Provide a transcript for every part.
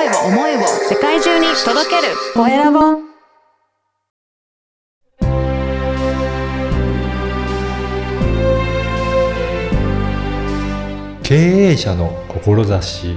声を世界中に届けるコエラボ。 経営者の志。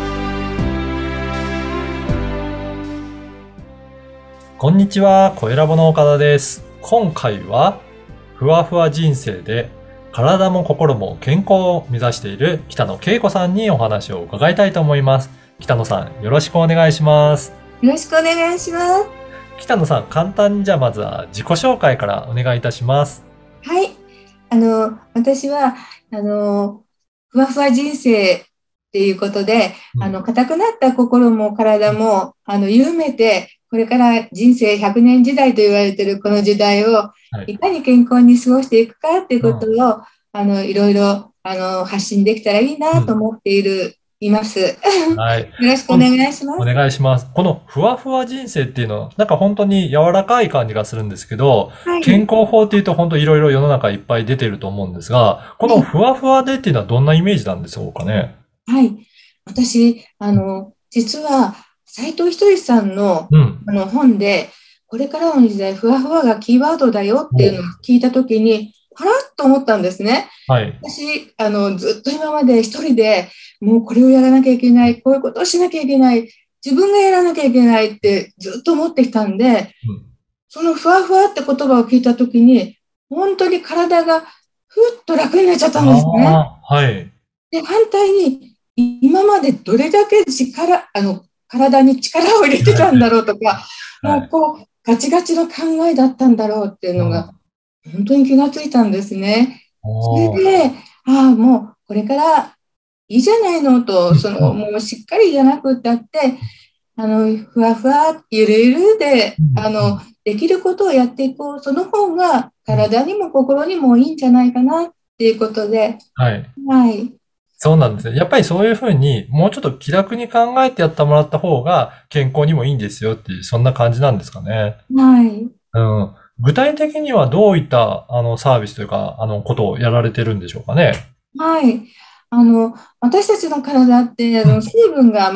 こんにちは、コエラボの岡田です。今回はふわふわ人生で体も心も健康を目指している北野恵子さんにお話を伺いたいと思います。北野さん、よろしくお願いします。 よろしくお願いします。 北野さん、簡単にじゃあまずは自己紹介からお願いいたします。 はい、私はふわふわ人生っていうことで、硬くなった心も体も緩めて、これから人生100年時代と言われているこの時代をいかに健康に過ごしていくかっていうことを、いろいろ発信できたらいいなと思っています。 はい。 よろしくお願いします。 お願いします。このふわふわ人生っていうのは、なんか本当に柔らかい感じがするんですけど、 はい、 健康法っていうと本当いろいろ世の中いっぱい出てると思うんですが、このふわふわでっていうのはどんなイメージなんでしょうかね。 はい。私、実は、斉藤ひとりさんの、本で、これからの時代、ふわふわがキーワードだよっていうのを聞いたときに、はらっと思ったんですね。 はい。 私、ずっと今まで一人で、もうこれをやらなきゃいけない、こういうことをしなきゃいけない、自分がやらなきゃいけないってずっと思ってきたんで、そのふわふわって言葉を聞いたときに、本当に体がふっと楽になっちゃったんですね。 はい。 で、反対に、今までどれだけ体に力を入れてたんだろうとか、もうこう、ガチガチの考えだったんだろうっていうのが、本当に気がついたんですね。それで、もうこれからいいじゃないのと、もうしっかりじゃなくったって、ふわふわ、ゆるゆるで、できることをやっていこう。その方が体にも心にもいいんじゃないかなっていうことで、 はい。 はい。 そうなんですね。やっぱりそういうふうに、もうちょっと気楽に考えてやってもらった方が健康にもいいんですよっていう、そんな感じなんですかね。 はい。 具体的にはどういった、サービスというか、ことをやられてるんでしょうかね。 はい。私たちの体って、水分が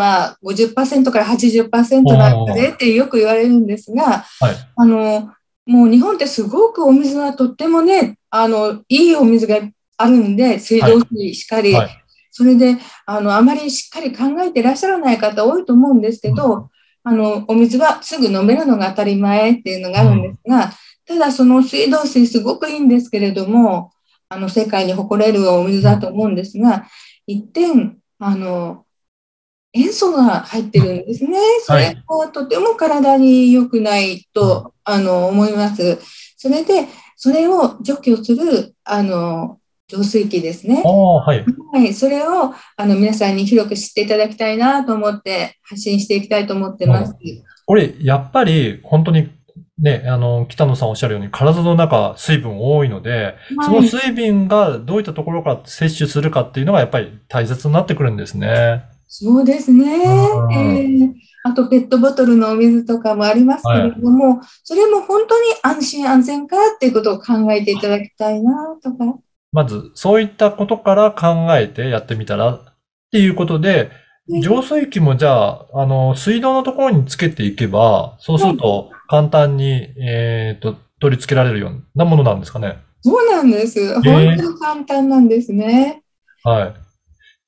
50% から 80% なんだねってよく言われるんですが、 はい。 もう日本ってすごくお水はとってもね、いいお水があるんで、水道水しっかり、それで、あまりしっかり考えていらっしゃらない方多いと思うんですけど、お水はすぐ飲めるのが当たり前っていうのがあるんですが、ただその水道水すごくいいんですけれども、世界に誇れるお水だと思うんですが、一点、塩素が入ってるんですね。それがとても体に良くないと、思います。それで、それを除去する、浄水器ですね。はい。それを、皆さんに広く知っていただきたいなと思って発信していきたいと思ってます。 これ、やっぱり、本当に、ね、北野さんおっしゃるように、体の中、水分多いので、その水分がどういったところから摂取するかっていうのが、やっぱり大切になってくるんですね。 そうですね。あと、ペットボトルのお水とかもありますけれども、それも本当に安心安全かっていうことを考えていただきたいなとか。 まず、そういったことから考えてやってみたらっていうことで、浄水器もじゃあ、水道のところにつけていけば、そうすると簡単に、取り付けられるようなものなんですかね。 そうなんです。本当に簡単なんですね。 はい。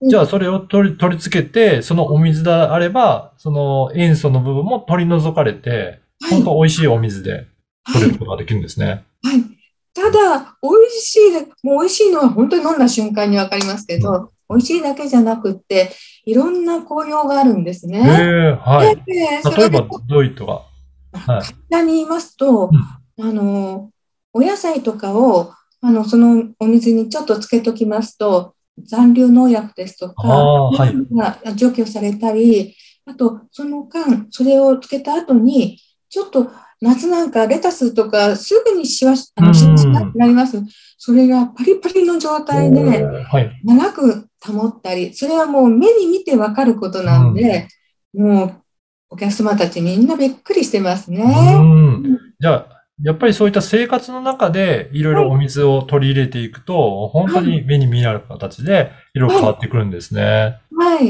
じゃあ、それを取り付けて、そのお水であれば、その塩素の部分も取り除かれて、本当美味しいお水で取れることができるんですね。 はい。ただ、もう美味しいのは本当に飲んだ瞬間にわかりますけど、美味しいだけじゃなくって、いろんな効用があるんですね。 はい。例えば、どういったか。 簡単に言いますと、お野菜とかを、そのお水にちょっとつけときますと、残留農薬ですとか、が除去されたり、あと、その間、それをつけた後に、ちょっと夏なんかレタスとかすぐにしわしなくなります。それがパリパリの状態で長く保ったり、それはもう目に見てわかることなんで、もうお客様たちみんなびっくりしてますね。 じゃあ、やっぱりそういった生活の中でいろいろお水を取り入れていくと、本当に目に見える形でいろいろ変わってくるんですね。 はい。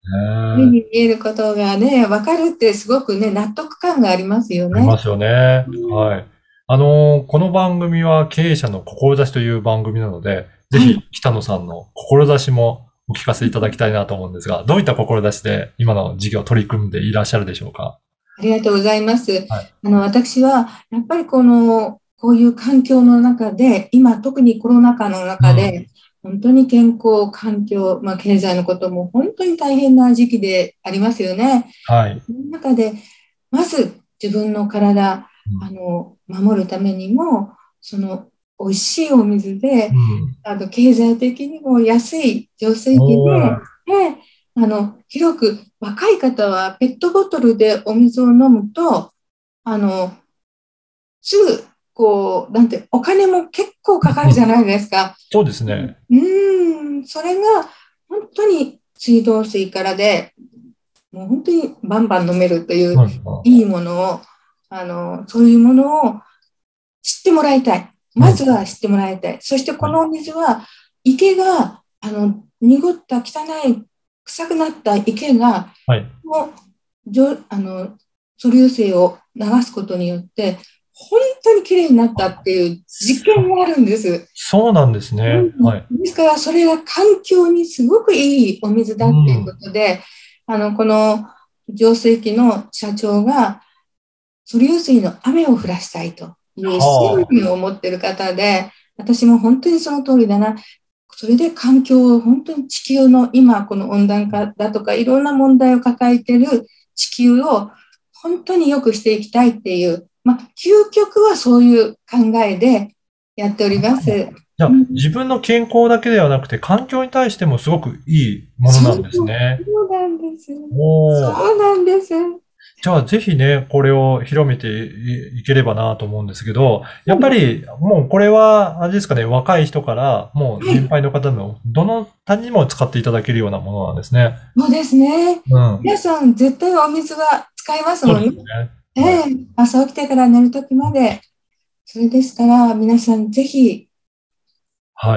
目に見えることがね、わかるってすごくね、納得感がありますよね。 ありますよね。はい。この番組は経営者の志という番組なので、ぜひはい。 北野さんの志もお聞かせいただきたいなと思うんですが、どういった志で今の事業を取り組んでいらっしゃるでしょうか？ ありがとうございます。 はい。 私は、やっぱりこういう環境の中で、今特にコロナ禍のうん。 中で、本当に健康、環境、経済のことも本当に大変な時期でありますよね。 はい。 その中で、まず自分の体、 うん守るためにも、その美味しいお水で、 うん。 経済的にも安い浄水器おー。 で、広く若い方はペットボトルでお水を飲むと、あの、すぐ、なんて、お金も結構かかるじゃないですか。 そうですね。 それが本当に水道水からで、もう本当にバンバン飲めるというん。 ういいものを、そういうものを知ってもらいたい。 うん。 まずは知ってもらいたい。そしてこはい。 のお水は、池が、濁った汚い、臭くなった池が、 はい。 もう、じょあの、素粒子を流すことによって、本当にきれいになったっていう実験があるんです。 そうなんですね。はい。 ですから、それが環境にすごくいいお水うだっていうこん。 とで、この浄水器の社長が、素粒子の雨を降らしたいという信は念を持っている方で、私も本当にその通りだな。それで環境を本当に地球の今この温暖化だとかいろんな問題を抱えている地球を本当に良くしていきたいっていう、究極はそういう考えでやっております。 あ。じゃあ、 うん、 自分の健康だけではなくて、環境に対してもすごくいいものそう、 なんですね。 そうなんです。 おー。 そうなんです。 じゃあ、ぜひね、これを広めていければなと思うんですけど、やっぱはい、 り、もうこれは、あれですかね、若い人から、もうはい、 年配の方の、どの他にも使っていただけるようなものなんですね。 そうですね。 うん。 皆さん絶対お水は使いますもんね。 そうですね。はい。 朝起きてから寝るときまで。それですから、皆さんぜひ、 はい。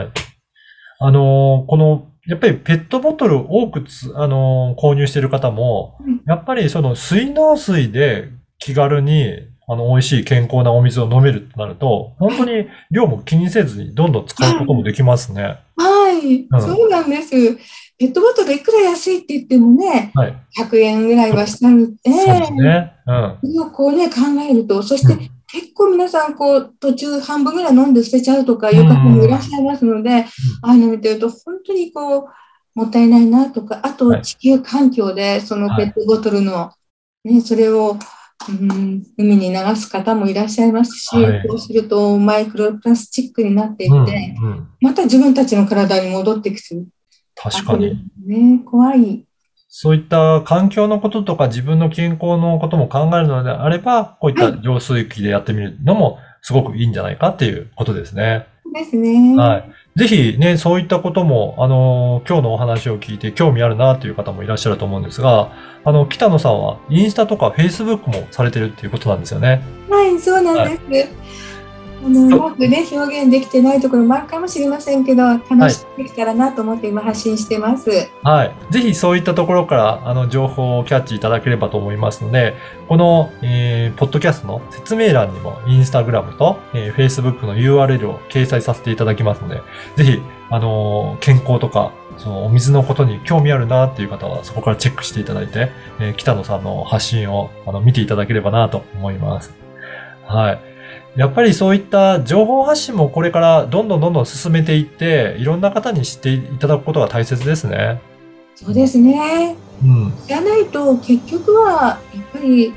やっぱりペットボトル多く購入している方も、やっぱりその水道水で気軽に、美味しい健康なお水を飲めるとなると、本当に量も気にせずにどんどん使うこともできますね。 はい、 うん。 そうなんです。ペットボトルいくら安いって言ってもね、 はい。 100円ぐらいはしたので、 そうですね。うん。 それをこうね、考えると、そしうん。 て結構皆さん、途中半分ぐらい飲んで捨てちゃうとかういう方もいらっん。 しゃいますので、 うん。 ああいうの見てると、本当にもったいないなとか、あとはい。 地球環境で、そのはい。 ペットボトルの、ね、それを、海に流す方もいらっしゃいますし、そはい。 うするとマイクロプラスチックになってうん。 いって、 うん。 また自分たちの体に戻ってきて、それ確かに。 ね、怖い。 そういった環境のこととか自分の健康のことも考えるのであれば、こういっはい、 た浄水器でやってみるのもすごくいいんじゃないかっていうことですね。 ですね。 はい。ぜひね、そういったことも、今日のお話を聞いて興味あるなという方もいらっしゃると思うんですが、北野さんはインスタとかフェイスブックもされてるっていうことなんですよね。 はい、そうなんはい。 です。うまくね、表現できてないところもあるかもしれませんけど、楽はい。 しくできたらなと思って今発信してます。 はい。ぜひそういったところから、情報をキャッチいただければと思いますので、この、ポッドキャストの説明欄にも、インスタグラムと、Facebook の URL を掲載させていただきますので、ぜひ、健康とか、そのお水のことに興味あるなっていう方は、そこからチェックしていただいて、北野さんの発信を、見ていただければなと思います。はい。やっぱりそういった情報発信もこれからどんどん進めていって、いろんな方に知っていただくことが大切ですね。 そうですね。 うん。 じゃないと結局はやっぱり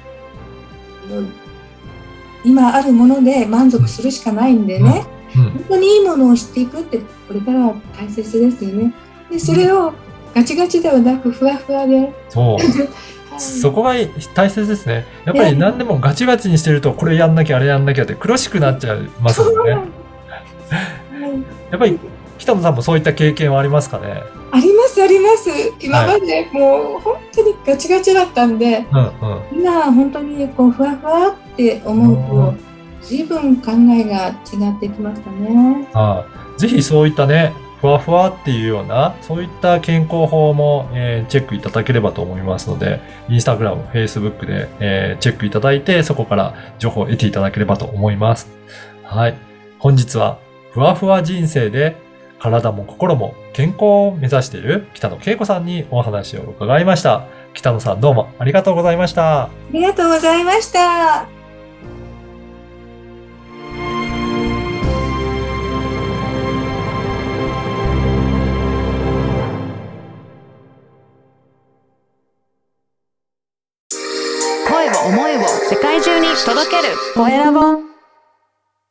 今あるもので満足するしかないんでうん。 ね、 うん。 本当にいいものを知っていくってこれからは大切ですよね。で、それをガチガチではなくふわふわで、 そう。 はそこが大切ですね。やっい、 ぱり何ね、 でもガチガチにしてると、これやんなきゃ、あれやんなきゃって苦しくなっちゃいますそうもんね。 なんです。はい、 やっぱり、北野さんもそういった経験はありますかね？ ありますあります。今はい。 までもう本当にガチガチだったんで、 うん今本当にふわふわってうん。 思うと、随分考えが違ってきましたね。 はい。ぜひそういったね、 ふわふわっていうような、そういった健康法も、チェックいただければと思いますので、インスタグラム、フェイスブックで、チェックいただいて、そこから情報を得ていただければと思います。はい。本日は、ふわふわ人生で、体も心も健康を目指している北野恵子さんにお話を伺いました。北野さんどうもありがとうございました。 ありがとうございました。 声を思いを世界中に届けるコエラボ。